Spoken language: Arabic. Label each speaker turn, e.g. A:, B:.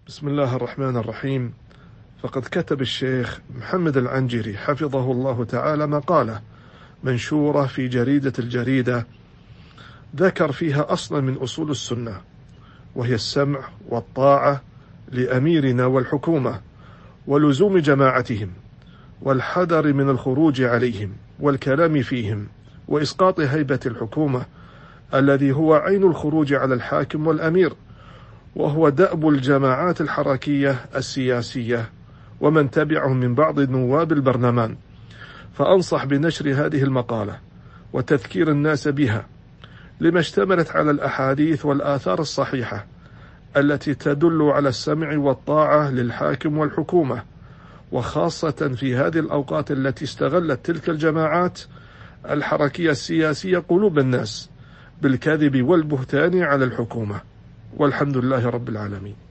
A: بسم الله الرحمن الرحيم. فقد كتب الشيخ محمد العنجري حفظه الله تعالى مقالة منشورة في جريدة الجريدة، ذكر فيها أصلا من أصول السنة، وهي السمع والطاعة لأميرنا والحكومة، ولزوم جماعتهم، والحذر من الخروج عليهم والكلام فيهم، وإسقاط هيبة الحكومة الذي هو عين الخروج على الحاكم والأمير، وهو دأب الجماعات الحركية السياسية ومن تبعهم من بعض نواب البرلمان. فأنصح بنشر هذه المقالة وتذكير الناس بها، لما اشتملت على الأحاديث والآثار الصحيحة التي تدل على السمع والطاعة للحاكم والحكومة، وخاصة في هذه الأوقات التي استغلت تلك الجماعات الحركية السياسية قلوب الناس بالكذب والبهتان على الحكومة. والحمد لله رب العالمين.